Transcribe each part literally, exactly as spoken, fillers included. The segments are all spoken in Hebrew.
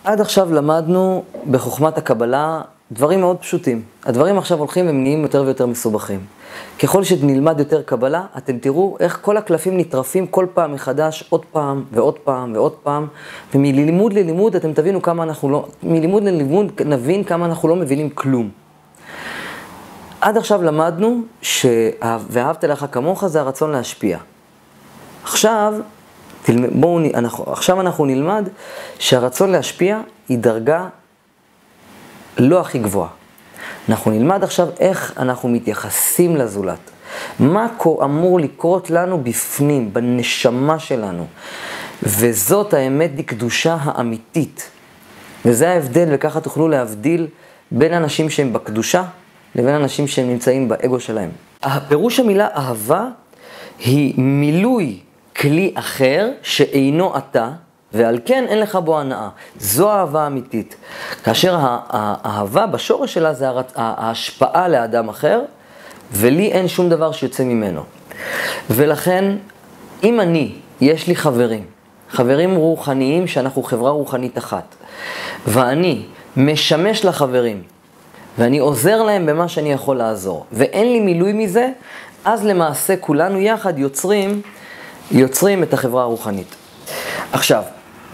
עד עכשיו למדנו בחוכמת הקבלה דברים מאוד פשוטים. הדברים עכשיו הולכים ונהיים יותר ויותר מסובכים. ככל שנלמד יותר קבלה, אתם תראו איך כל הקלפים נטרפים כל פעם מחדש, עוד פעם ועוד פעם ועוד פעם, ומלימוד ללימוד אתם תבינו כמה אנחנו לא, מלימוד ללימוד נבין כמה אנחנו לא מבינים כלום. עד עכשיו למדנו ש"ואהבת לך כמוך" זה הרצון להשפיע. עכשיו, בואו, אנחנו, עכשיו אנחנו נלמד שהרצון להשפיע היא דרגה לא הכי גבוהה. אנחנו נלמד עכשיו איך אנחנו מתייחסים לזולת. מה אמור לקרות לנו בפנים, בנשמה שלנו. וזאת האמת בקדושה האמיתית. וזה ההבדל, וככה תוכלו להבדיל בין אנשים שהם בקדושה לבין אנשים שהם נמצאים באגו שלהם. הפירוש המילה אהבה היא מילוי כלי אחר שאינו אתה, ועל כן אין לך בו הנאה. זו האהבה האמיתית. כאשר האהבה בשורש שלה זה ההשפעה לאדם אחר, ולי אין שום דבר שיוצא ממנו. ולכן, אם אני, יש לי חברים, חברים רוחניים שאנחנו חברה רוחנית אחת, ואני משמש לחברים, ואני עוזר להם במה שאני יכול לעזור, ואין לי מילוי מזה, אז למעשה כולנו יחד יוצרים, יוצרים את החברה הרוחנית. עכשיו,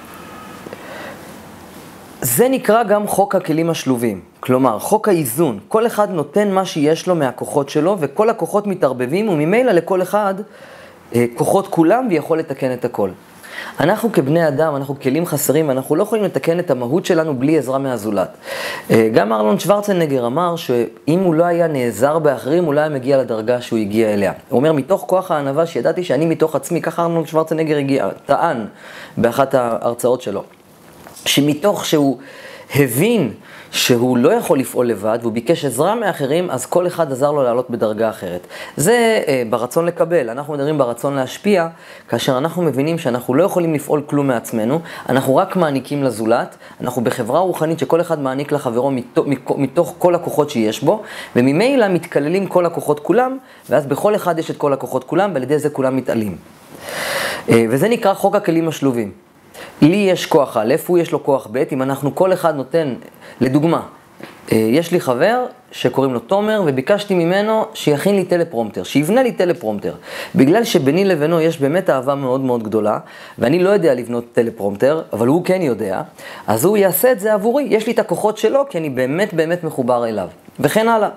זה נקרא גם חוק הכלים השלובים, כלומר חוק האיזון. כל אחד נותן מה שיש לו מהכוחות שלו, וכל הכוחות מתערבבים, וממילא לכל אחד אה, כוחות כולם ויכול לתקן את הכל. אנחנו כבני אדם, אנחנו כלים חסרים, אנחנו לא יכולים לתקן את המהות שלנו בלי עזרה מהזולת. אה, גם ארלון שוורצנגר אמר שאם הוא לא היה נעזר באחרים, הוא לא היה מגיע לדרגה שהוא הגיע אליה. הוא אומר, מתוך כוח הענווה שידעתי שאני מתוך עצמי, ככה ארלון שוורצנגר הגיע, טען באחת ההרצאות שלו. שמתוך שהוא הבין שהוא לא יכול לפעול לבד, והוא ביקש עזרה מאחרים, אז כל אחד עזר לו לעלות בדרגה אחרת. זה אה, ברצון לקבל. אנחנו מדברים ברצון להשפיע, כאשר אנחנו מבינים שאנחנו לא יכולים לפעול כלום מעצמנו, אנחנו רק מעניקים לזולת, אנחנו בחברה רוחנית שכל אחד מעניק לחברו מתוך, מתוך כל הכוחות שיש בו, וממילא מתכללים כל הכוחות כולם, ואז בכל אחד יש את כל הכוחות כולם, ועל ידי זה כולם מתעלים. אה, וזה נקרא חוק הכלים השלובים. לי יש כוח א', הוא יש לו כוח ב', אם אנחנו כל אחד נותן, לדוגמה, יש לי חבר שקוראים לו תומר, וביקשתי ממנו שיכין לי טלפרומטר, שיבנה לי טלפרומטר. בגלל שביני לבינו יש באמת אהבה מאוד מאוד גדולה, ואני לא יודע לבנות טלפרומטר, אבל הוא כן יודע, אז הוא יעשה את זה עבורי. יש לי את הכוחות שלו, כי אני באמת באמת מחובר אליו. וכן הלאה.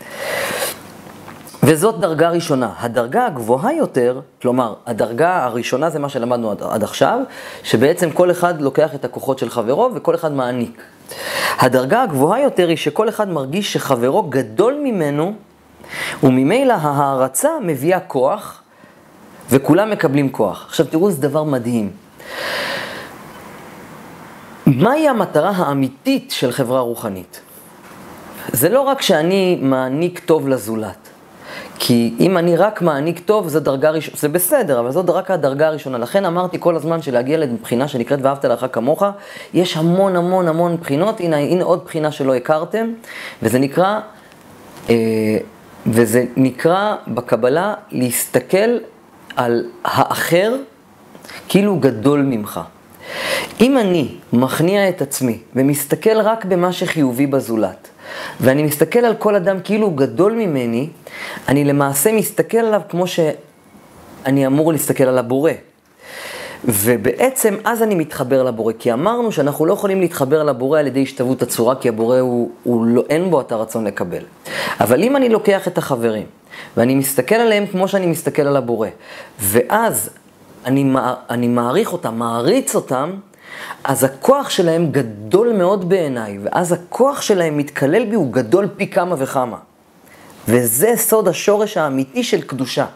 וזאת דרגה ראשונה. הדרגה הגבוהה יותר, כלומר, הדרגה הראשונה זה מה שלמדנו עד, עד עכשיו, שבעצם כל אחד לוקח את הכוחות של חברו וכל אחד מעניק. הדרגה הגבוהה יותר היא שכל אחד מרגיש שחברו גדול ממנו, וממילא ההערצה מביאה כוח, וכולם מקבלים כוח. עכשיו תראו, זה דבר מדהים. מהי המטרה האמיתית של חברה רוחנית? זה לא רק שאני מעניק טוב לזולת. כי אם אני רק מעניק טוב, זו דרגה ראשונה, זה בסדר, אבל זו רק הדרגה הראשונה. לכן אמרתי כל הזמן שלהגיע לבחינה שנקראת ואהבת לך כמוך, יש המון המון המון בחינות. הנה, הנה עוד בחינה שלא הכרתם, וזה נקרא, אה, וזה נקרא בקבלה להסתכל על האחר כאילו גדול ממך. אם אני מכניע את עצמי ומסתכל רק במה שחיובי בזולת, ואני מסתכל על כל אדם כאילו הוא גדול ממני, אני למעשה מסתכל עליו כמו שאני אמור להסתכל על הבורא. ובעצם אז אני מתחבר לבורא, כי אמרנו שאנחנו לא יכולים להתחבר לבורא על ידי השתוות הצורה, כי הבורא הוא, הוא לא, אין בו את הרצון לקבל. אבל אם אני לוקח את החברים, ואני מסתכל עליהם כמו שאני מסתכל על הבורא, ואז אני, אני מעריך אותם, מעריץ אותם, אז הכוח שלהם גדול מאוד בעיניי, ואז הכוח שלהם מתקלל בי הוא גדול פי כמה וכמה. וזה סוד השורש האמיתי של קדושה.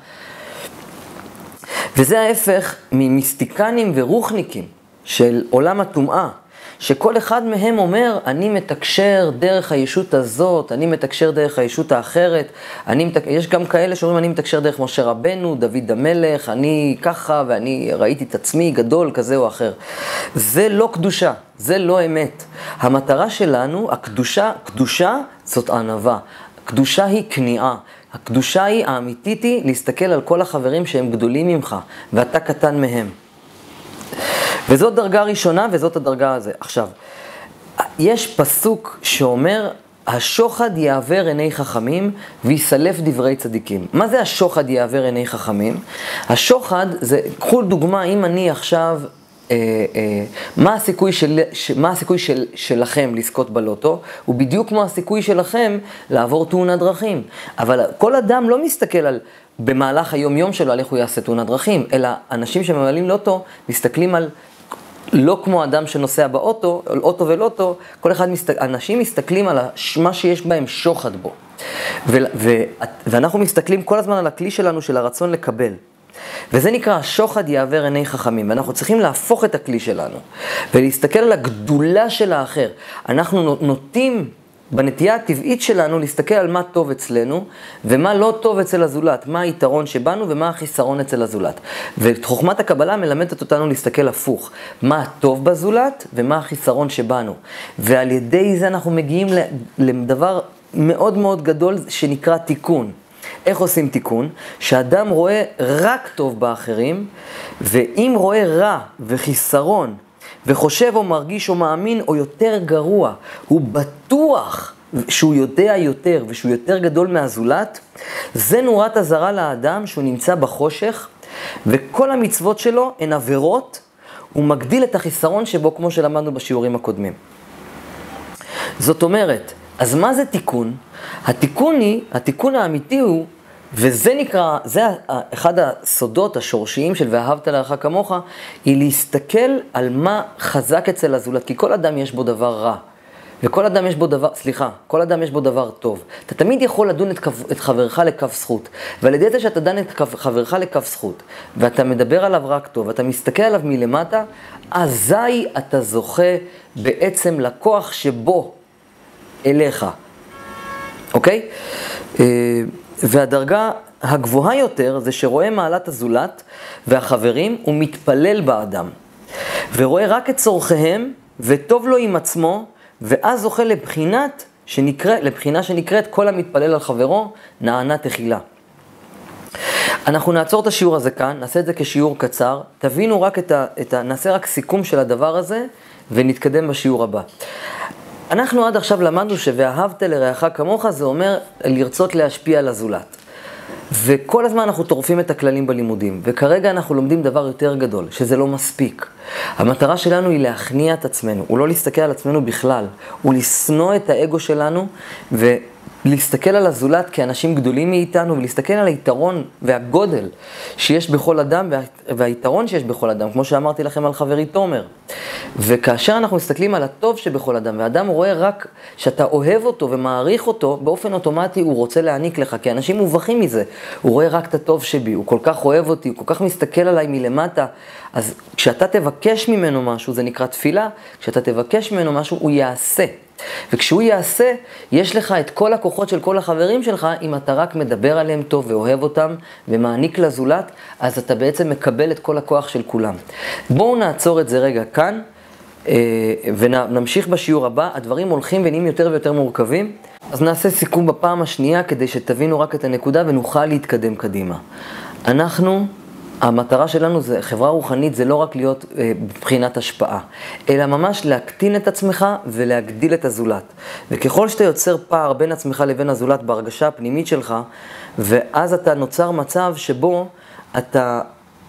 וזה ההפך ממיסטיקנים ורוחניקים של עולם הטומאה, שכל אחד מהם אומר, אני מתקשר דרך הישות הזאת, אני מתקשר דרך הישות האחרת, אני מתק... יש גם כאלה שאומרים, אני מתקשר דרך משה רבנו, דוד המלך, אני ככה, ואני ראיתי את עצמי גדול כזה או אחר. זה לא קדושה, זה לא אמת. המטרה שלנו, הקדושה, קדושה זאת ענווה. קדושה היא כניעה. הקדושה היא, האמיתית היא, להסתכל על כל החברים שהם גדולים ממך, ואתה קטן מהם. וזאת דרגה ראשונה, וזאת הדרגה הזה. עכשיו, יש פסוק שאומר, השוחד יעבר עיני חכמים ויסלף דברי צדיקים. מה זה השוחד יעבר עיני חכמים? השוחד זה, קחו דוגמה, אם אני עכשיו, אה, אה, מה הסיכוי, של, ש, מה הסיכוי של, שלכם לזכות בלוטו? הוא בדיוק כמו הסיכוי שלכם לעבור תאונת דרכים. אבל כל אדם לא מסתכל על, במהלך היום יום שלו על איך הוא יעשה תאונת דרכים, אלא אנשים שממלאים לוטו מסתכלים על, לא כמו אדם שנוסע באוטו, אוטו ולוטו, כל אחד מסתכל, אנשים מסתכלים על מה שיש בהם שוחד בו. ו, ו, ואנחנו מסתכלים כל הזמן על הכלי שלנו של הרצון לקבל. וזה נקרא, השוחד יעבר עיני חכמים. ואנחנו צריכים להפוך את הכלי שלנו ולהסתכל על הגדולה של האחר. אנחנו נוטים בנטייה הטבעית שלנו להסתכל על מה טוב אצלנו ומה לא טוב אצל הזולת, מה היתרון שבנו ומה החיסרון אצל הזולת. וחוכמת הקבלה מלמדת אותנו להסתכל הפוך, מה הטוב בזולת ומה החיסרון שבנו. ועל ידי זה אנחנו מגיעים לדבר מאוד מאוד גדול שנקרא תיקון. איך עושים תיקון? שאדם רואה רק טוב באחרים, ואם רואה רע וחיסרון, וחושב או מרגיש או מאמין או יותר גרוע, הוא בטוח שהוא יודע יותר ושהוא יותר גדול מהזולת, זה נורת הזרה לאדם שהוא נמצא בחושך, וכל המצוות שלו הן עבירות, הוא מגדיל את החיסרון שבו כמו שלמדנו בשיעורים הקודמים. זאת אומרת, אז מה זה תיקון? התיקון היא, התיקון האמיתי הוא, וזה נקרא, זה אחד הסודות השורשיים של ואהבת לרעך כמוך, היא להסתכל על מה חזק אצל הזולת, כי כל אדם יש בו דבר רע, וכל אדם יש בו דבר, סליחה, כל אדם יש בו דבר טוב. אתה תמיד יכול לדון את, את חברך לכף זכות, ועל ידי זה שאתה דן את חברך לכף זכות, ואתה מדבר עליו רק טוב, ואתה מסתכל עליו מלמטה, אזי אתה זוכה בעצם לכוח שבו אליך. אוקיי? והדרגה הגבוהה יותר זה שרואה מעלת הזולת והחברים הוא מתפלל באדם. ורואה רק את צורכיהם וטוב לו עם עצמו, ואז זוכה לבחינת שנקרא, לבחינה שנקראת כל המתפלל על חברו נענה תחילה. אנחנו נעצור את השיעור הזה כאן, נעשה את זה כשיעור קצר, תבינו רק את ה, את ה, נעשה רק סיכום של הדבר הזה ונתקדם בשיעור הבא. אנחנו עד עכשיו למדנו שוואהבת לרעך כמוך, זה אומר לרצות להשפיע על הזולת. וכל הזמן אנחנו טורפים את הכללים בלימודים, וכרגע אנחנו לומדים דבר יותר גדול, שזה לא מספיק. המטרה שלנו היא להכניע את עצמנו, הוא לא להסתכל על עצמנו בכלל, הוא לשנוא את האגו שלנו, ולהסתכל על הזולת כאנשים גדולים מאיתנו, ולהסתכל על היתרון והגודל שיש בכל אדם, והיתרון שיש בכל אדם, כמו שאמרתי לכם על חברי תומר. וכאשר אנחנו מסתכלים על הטוב שבכל אדם, ואדם רואה רק שאתה אוהב אותו ומעריך אותו, באופן אוטומטי הוא רוצה להעניק לך, כי אנשים מובכים מזה. הוא רואה רק את הטוב שבי, הוא כל כך אוהב אותי, הוא כל כך מסתכל עליי מלמטה. אז כשאתה תבקש ממנו משהו, זה נקרא תפילה, כשאתה תבקש ממנו משהו, הוא יעשה. וכשהוא יעשה, יש לך את כל הכוחות של כל החברים שלך, אם אתה רק מדבר עליהם טוב ואוהב אותם ומעניק לזולת, אז אתה בעצם מקבל את כל הכוח של כולם. בואו נעצור את זה רגע כאן, ונמשיך בשיעור הבא. הדברים הולכים ונהיים יותר ויותר מורכבים, אז נעשה סיכום בפעם השנייה כדי שתבינו רק את הנקודה ונוכל להתקדם קדימה. אנחנו, המטרה שלנו זה, חברה רוחנית זה לא רק להיות אה, בבחינת השפעה, אלא ממש להקטין את עצמך ולהגדיל את הזולת. וככל שאתה יוצר פער בין עצמך לבין הזולת בהרגשה הפנימית שלך, ואז אתה נוצר מצב שבו אתה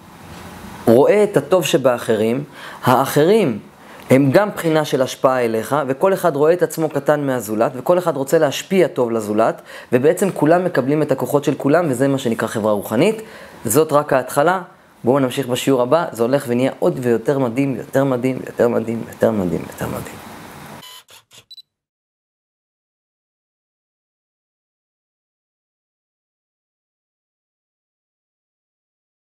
רואה את הטוב שבאחרים, האחרים הם גם בחינה של השפעה אליך, וכל אחד רואה את עצמו קטן מהזולת, וכל אחד רוצה להשפיע טוב לזולת, ובעצם כולם מקבלים את הכוחות של כולם, וזה מה שנקרא חברה רוחנית. זאת רק ההתחלה, בואו נמשיך בשיעור הבא, זה הולך ונהיה עוד ויותר מדהים, יותר מדהים, יותר מדהים, יותר מדהים, יותר מדהים.